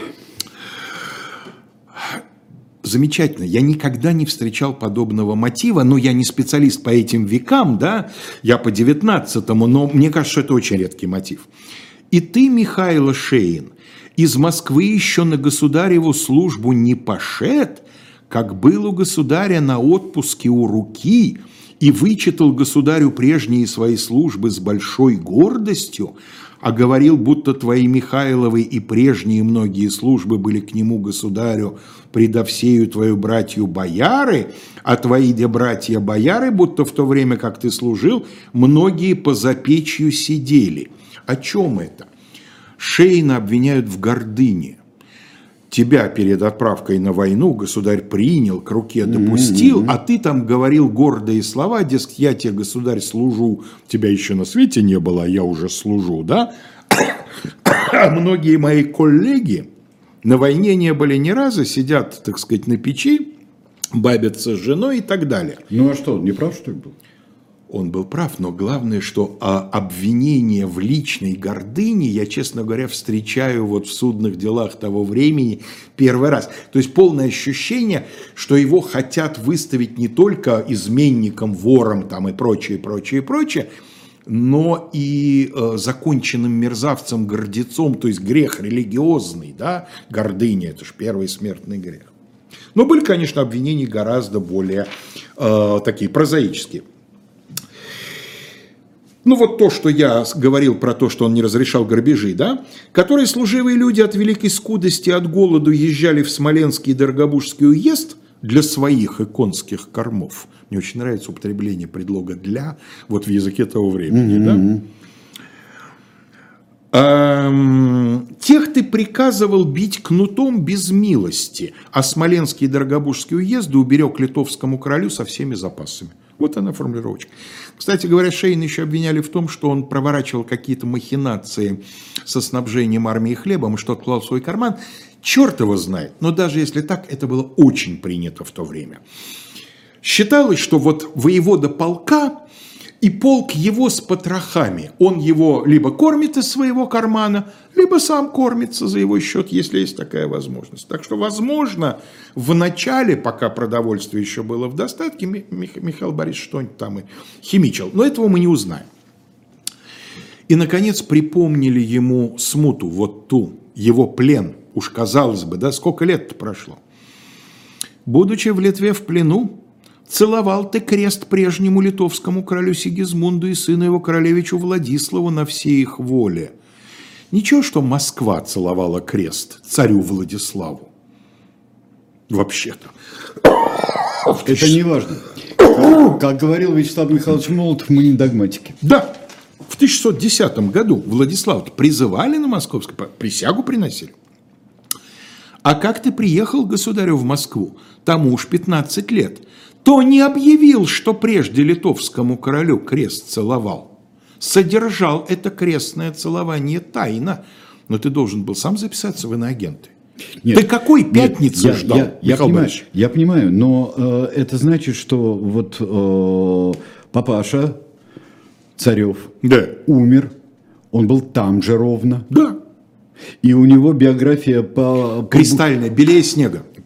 Замечательно, я никогда не встречал подобного мотива, но я не специалист по этим векам, да, я по 19-му, но мне кажется, что это очень редкий мотив. И ты, Михаил Шейн, из Москвы еще на государеву службу не пошед, как был у государя на отпуске у руки, и вычитал государю прежние свои службы с большой гордостью, а говорил, будто твои Михайловы и прежние многие службы были к нему, государю, предо всею твою братью бояры, а твои де братья бояры, будто в то время, как ты служил, многие по запечью сидели. О чем это? Шейна обвиняют в гордыне. Тебя перед отправкой на войну государь принял, к руке допустил, а ты там говорил гордые слова, дескать, я тебе, государь, служу, тебя еще на свете не было, а я уже служу, да? А многие мои коллеги на войне не были ни разу, сидят, так сказать, на печи, бабятся с женой и так далее. Ну а что, он не прав, что ли, был? Он был прав, но главное, что обвинение в личной гордыне я, честно говоря, встречаю вот в судных делах того времени первый раз. То есть полное ощущение, что его хотят выставить не только изменником, вором там и прочее, прочее, прочее, но и законченным мерзавцем, гордецом, то есть грех религиозный, да, гордыня, это же первый смертный грех. Но были, конечно, обвинения гораздо более такие прозаические. Ну вот то, что я говорил про то, что он не разрешал грабежи, да, которые служивые люди от великой скудости, от голоду езжали в Смоленский и Дорогобужский уезд для своих иконских кормов. Мне очень нравится употребление предлога «для» вот в языке того времени, да. Тех ты приказывал бить кнутом без милости, а Смоленский и Дорогобужский уезды уберег литовскому королю со всеми запасами. Вот она формулировочка. Кстати говоря, Шейна еще обвиняли в том, что он проворачивал какие-то махинации со снабжением армии хлебом и что-то клал в свой карман. Черт его знает, но даже если так, это было очень принято в то время. Считалось, что вот воевода полка и полк его с потрохами. Он его либо кормит из своего кармана, либо сам кормится за его счет, если есть такая возможность. Так что, возможно, в начале, пока продовольствие еще было в достатке, Михаил Борисович что-нибудь там и химичил. Но этого мы не узнаем. И, наконец, припомнили ему смуту, вот ту, его плен. Уж казалось бы, да, сколько лет-то прошло. Будучи в Литве в плену, целовал ты крест прежнему литовскому королю Сигизмунду и сыну его королевичу Владиславу на всей их воле. Ничего, что Москва целовала крест царю Владиславу. Вообще-то. Это не важно. Как говорил Вячеслав Михайлович Молотов, мы не догматики. Да. В 1610 году Владислава призывали на московской, присягу приносили. А как ты приехал к государю в Москву, тому уж 15 лет, то не объявил, что прежде литовскому королю крест целовал. Содержал это крестное целование тайно, но ты должен был сам записаться в иноагенты. Нет, ты какой пятницы ждал? Я понимаю, но это значит, что вот папаша Царев умер, он был там же ровно. Да. И у него биография по... Кристальная, белее снега.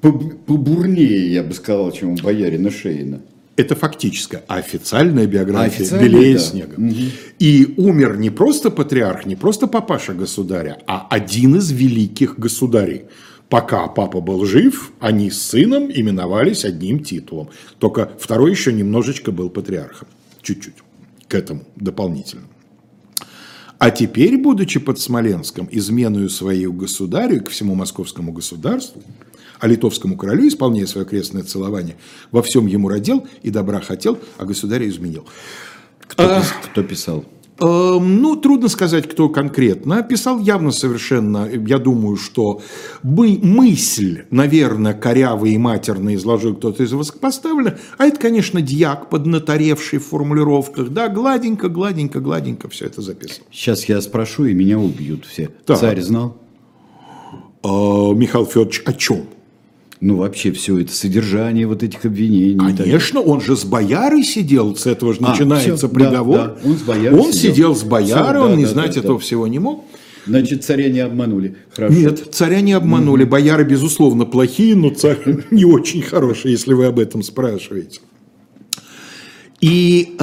побурнее, я бы сказал, чем у боярина Шейна. Это фактическая, официальная биография белее снега. Угу. И умер не просто патриарх, не просто папаша государя, а один из великих государей. Пока папа был жив, они с сыном именовались одним титулом. Только второй еще немножечко был патриархом. Чуть-чуть к этому дополнительно. А теперь, будучи под Смоленском, изменою своей государю, к всему московскому государству, а литовскому королю, исполняя свое крестное целование, во всем ему родил и добра хотел, а государя изменил. Кто писал? Ну, трудно сказать, кто конкретно. Писал явно совершенно, я думаю, что мысль, наверное, корявый и матерно изложил кто-то из высокопоставленных, а это, конечно, дьяк, поднаторевший в формулировках, да, гладенько все это записал. Сейчас я спрошу, и меня убьют все. Так. Царь знал? Михаил Федорович, о чем? Ну, вообще все это содержание вот этих обвинений. Конечно, он же с боярой сидел, с этого же начинается все, приговор. Да, он с боярой он сидел с боярой, он не знать этого всего не мог. Значит, царя не обманули. Хорошо. Нет, царя не обманули. Бояры, безусловно, плохие, но царь не очень хороший, если вы об этом спрашиваете. И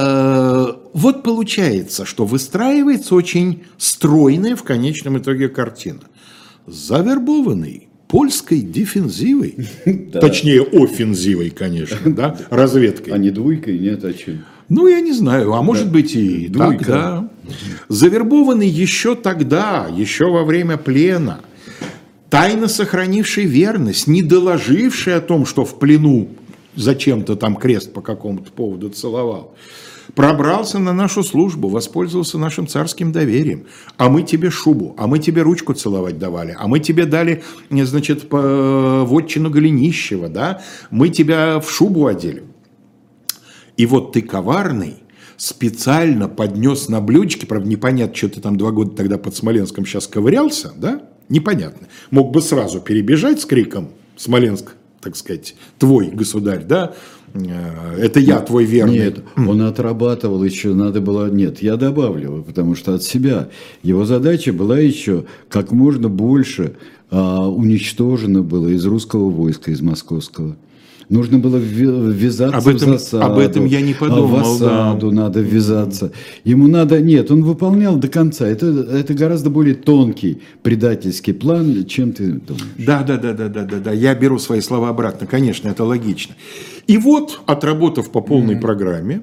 вот получается, что выстраивается очень стройная в конечном итоге картина. Завербованный польской дефензивой, точнее офензивой, конечно, да, разведкой. А не двойкой, нет, а чем? Ну, я не знаю, а может быть и двойка. Так, да. Завербованный еще тогда, еще во время плена, тайно сохранивший верность, не доложивший о том, что в плену зачем-то там крест по какому-то поводу целовал, пробрался на нашу службу, воспользовался нашим царским доверием. А мы тебе шубу, а мы тебе ручку целовать давали, а мы тебе дали, значит, вотчину Голенищева, да? Мы тебя в шубу одели. И вот ты коварный, специально поднес на блюдечке, правда, непонятно, что ты там 2 года тогда под Смоленском сейчас ковырялся, да? Непонятно. Мог бы сразу перебежать с криком «Смоленск, так сказать, твой государь, да? Это я твой верный». Нет, он отрабатывал еще, надо было... Нет, я добавлю, потому что от себя. Его задача была еще как можно больше уничтожено было из русского войска, из московского. Нужно было ввязаться в засаду. Об этом я не подумал. В осаду надо ввязаться. Ему надо... Нет, он выполнял до конца. Это гораздо более тонкий предательский план, чем ты думаешь. Да. Я беру свои слова обратно. Конечно, это логично. И вот, отработав по полной программе,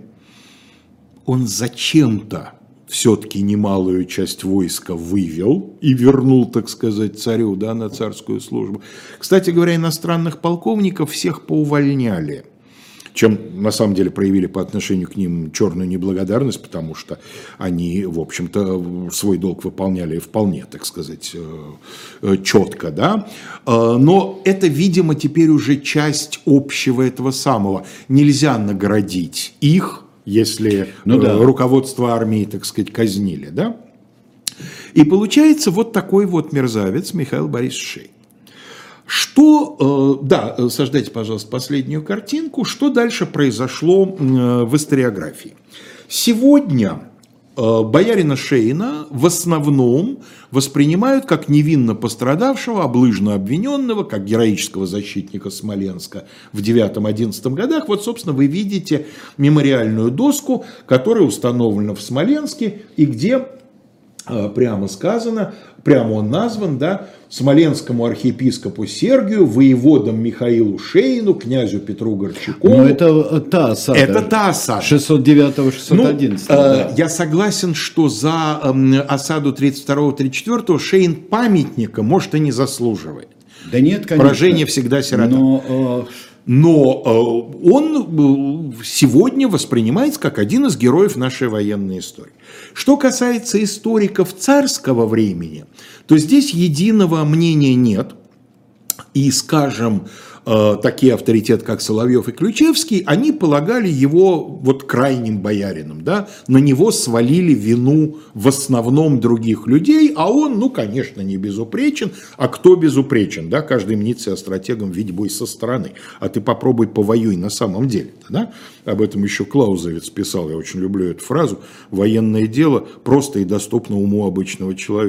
он зачем-то все-таки немалую часть войска вывел и вернул, так сказать, царю, да, на царскую службу. Кстати говоря, иностранных полковников всех поувольняли, чем на самом деле проявили по отношению к ним черную неблагодарность, потому что они, в общем-то, свой долг выполняли вполне, так сказать, четко, да. Но это, видимо, теперь уже часть общего этого самого. Нельзя наградить их, если руководство армии, так сказать, казнили, да? И получается вот такой вот мерзавец Михаил Борисович Шейн. Что, Саш, дайте, пожалуйста, последнюю картинку. Что дальше произошло в историографии? Сегодня боярина Шейна в основном воспринимают как невинно пострадавшего, облыжно обвиненного, как героического защитника Смоленска в 9-11 годах. Вот, собственно, вы видите мемориальную доску, которая установлена в Смоленске и где прямо сказано, прямо он назван, да, смоленскому архиепископу Сергию, воеводам Михаилу Шейну, князю Петру Горчакову. Но это та осада. Это та осада. 609-611. Я согласен, что за осаду 32-34 Шейн памятника, может, и не заслуживает. Да нет, конечно. Поражение всегда сирота. Но он сегодня воспринимается как один из героев нашей военной истории. Что касается историков царского времени, то здесь единого мнения нет. И, скажем, такие авторитеты, как Соловьев и Ключевский, они полагали его вот крайним боярином, да? На него свалили вину в основном других людей, а он, ну, конечно, не безупречен. А кто безупречен? Да? Каждый мнит себя стратегом, видь бой со стороны. А ты попробуй повоюй на самом деле. Да? Об этом еще Клаузевиц писал, я очень люблю эту фразу. Военное дело просто и доступно уму обычного человека.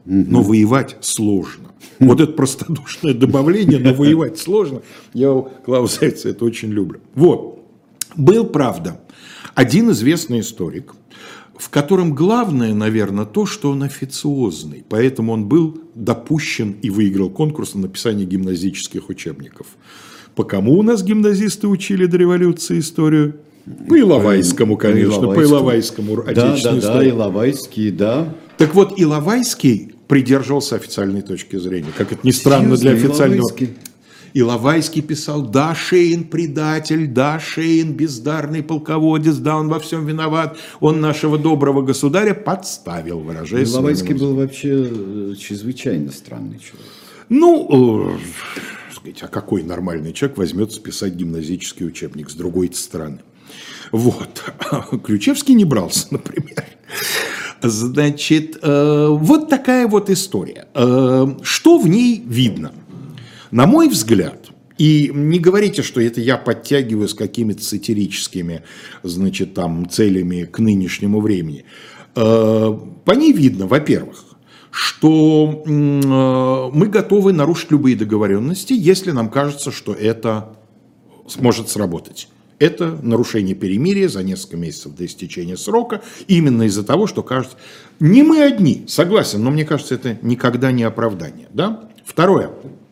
но воевать сложно. Вот это простодушное добавление, но воевать сложно. Я у Клауса Зайца это очень люблю. Вот. Был, правда, один известный историк, в котором главное, наверное, то, что он официозный. Поэтому он был допущен и выиграл конкурс на написание гимназических учебников. По кому у нас гимназисты учили до революции историю? По Иловайскому, конечно, по Иловайскому отечественной истории. Да, Иловайский, да. Так вот, Иловайский придерживался официальной точки зрения. Как это ни странно для официального... Иловайский писал: да, Шейн предатель, да, Шейн бездарный полководец, да, он во всем виноват, он нашего доброго государя подставил, выражаясь. Иловайский был вообще чрезвычайно странный человек. Ну, сказать, а какой нормальный человек возьмется писать гимназический учебник с другой стороны? Вот. Ключевский не брался, например. Значит, вот такая вот история. Что в ней видно? На мой взгляд, и не говорите, что это я подтягиваю с какими-то сатирическими, значит, там, целями к нынешнему времени. По ней видно, во-первых, что мы готовы нарушить любые договоренности, если нам кажется, что это сможет сработать. Это нарушение перемирия за несколько месяцев до истечения срока, именно из-за того, что кажется... Не мы одни, согласен, но мне кажется, это никогда не оправдание. Да? Второе.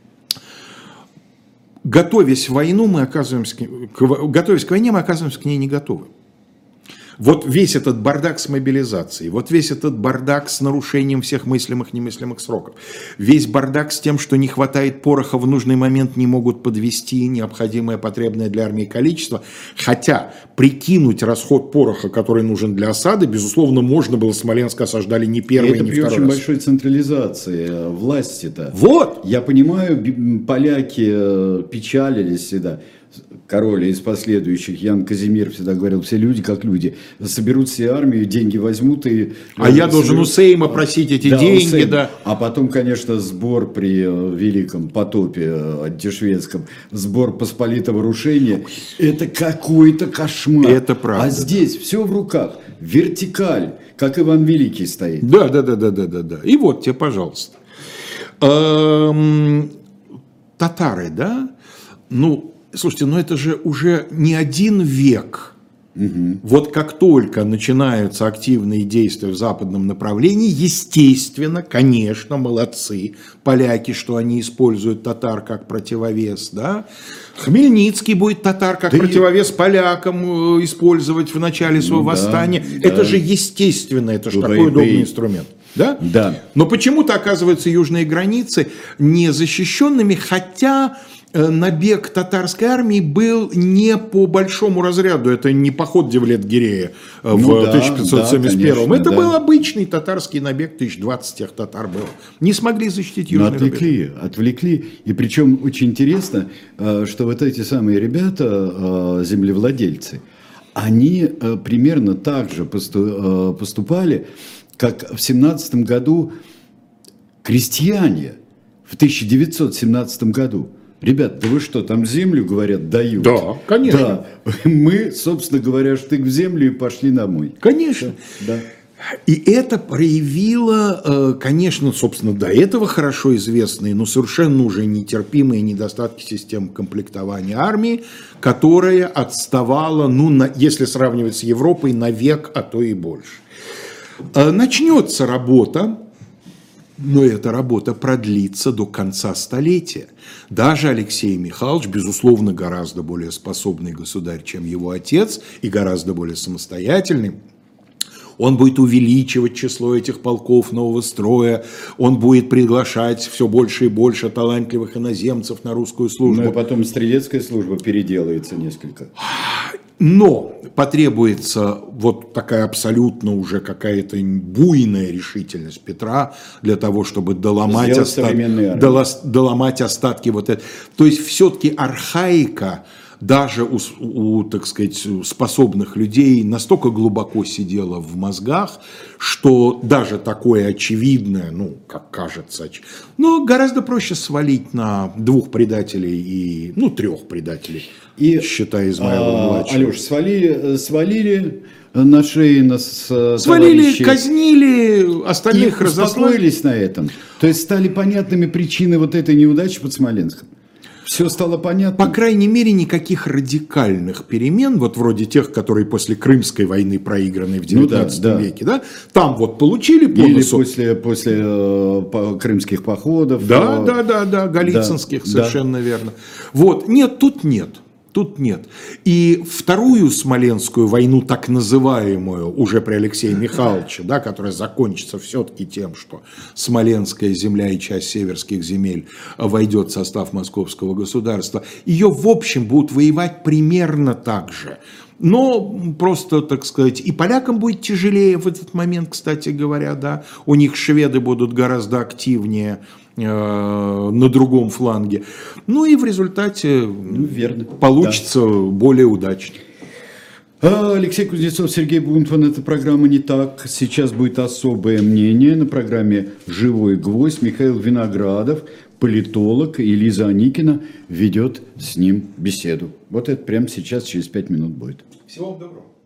Готовясь к войне, мы оказываемся к ней не готовы. Вот весь этот бардак с мобилизацией, вот весь этот бардак с нарушением всех мыслимых и немыслимых сроков, весь бардак с тем, что не хватает пороха, в нужный момент не могут подвести необходимое потребное для армии количество, хотя прикинуть расход пороха, который нужен для осады, безусловно, можно было. Смоленск осаждали не первый, не второй раз. Это при очень большой централизации власти-то. Вот! Я понимаю, поляки печалились всегда. Король из последующих, Ян Казимир, всегда говорил: все люди как люди. Соберут все армию, деньги возьмут и... А я должен у Сейма просить эти деньги, да. А потом, конечно, сбор при Великом потопе антишведском, сбор посполитого рушения. Это какой-то кошмар. Это правда. А здесь все в руках. Вертикаль, как Иван Великий стоит. Да. И вот тебе, пожалуйста. Татары, да? Ну... Слушайте, но это же уже не один век. Угу. Вот как только начинаются активные действия в западном направлении, естественно, конечно, молодцы поляки, что они используют татар как противовес. Да? Хмельницкий будет татар как противовес полякам использовать в начале своего восстания. Да. Это же естественно, это же такой удобный инструмент. Да? Да. Но почему-то оказываются южные границы незащищенными, хотя... Набег татарской армии был не по большому разряду. Это не поход Девлет-Гирея в 1571-м. Это был обычный татарский набег, 1020 тех татар было. Не смогли защитить южный рубеж. Отвлекли. И причем очень интересно, что вот эти самые ребята, землевладельцы, они примерно так же поступали, как в 17 году крестьяне в 1917 году. Ребят, да вы что, там землю, говорят, дают? Да, конечно. Да. Мы, собственно говоря, штык в землю и пошли домой. Конечно. Да. И это проявило, конечно, собственно, до этого хорошо известные, но совершенно уже нетерпимые недостатки системы комплектования армии, которая отставала, если сравнивать с Европой, на век, а то и больше. Начнется работа. Но эта работа продлится до конца столетия. Даже Алексей Михайлович, безусловно, гораздо более способный государь, чем его отец, и гораздо более самостоятельный, он будет увеличивать число этих полков нового строя, он будет приглашать все больше и больше талантливых иноземцев на русскую службу. Ну и потом стрелецкая служба переделается несколько. Но потребуется вот такая абсолютно уже какая-то буйная решительность Петра для того, чтобы доломать остатки вот этого. То есть все-таки архаика даже у, так сказать, способных людей настолько глубоко сидело в мозгах, что даже такое очевидное, ну, как кажется, но гораздо проще свалить на 2 предателей и, ну, 3 предателей, и, считая Измаила-младшего. Алеш, свалили на шеи свалили, казнили, остальных разослали. Успокоились на этом. То есть стали понятными причины вот этой неудачи под Смоленском. Все стало понятно. По крайней мере, никаких радикальных перемен, вот вроде тех, которые после Крымской войны, проигранной в 19 веке, да, там вот получили бонусу. Или после крымских походов. Да, голицынских, совершенно верно. Вот, нет, тут нет. Тут нет. И вторую Смоленскую войну, так называемую, уже при Алексее Михайловиче, да, которая закончится все-таки тем, что Смоленская земля и часть северских земель войдет в состав Московского государства, ее в общем будут воевать примерно так же. Но просто, так сказать, и полякам будет тяжелее в этот момент, кстати говоря, да, у них шведы будут гораздо активнее на другом фланге. Ну и в результате получится более удачно. Алексей Кузнецов, Сергей Бунтман. Эта программа «Не так». Сейчас будет особое мнение на программе «Живой гвоздь». Михаил Виноградов, политолог, и Лиза Аникина ведет с ним беседу. Вот это прямо сейчас, через 5 минут будет. Всего вам доброго.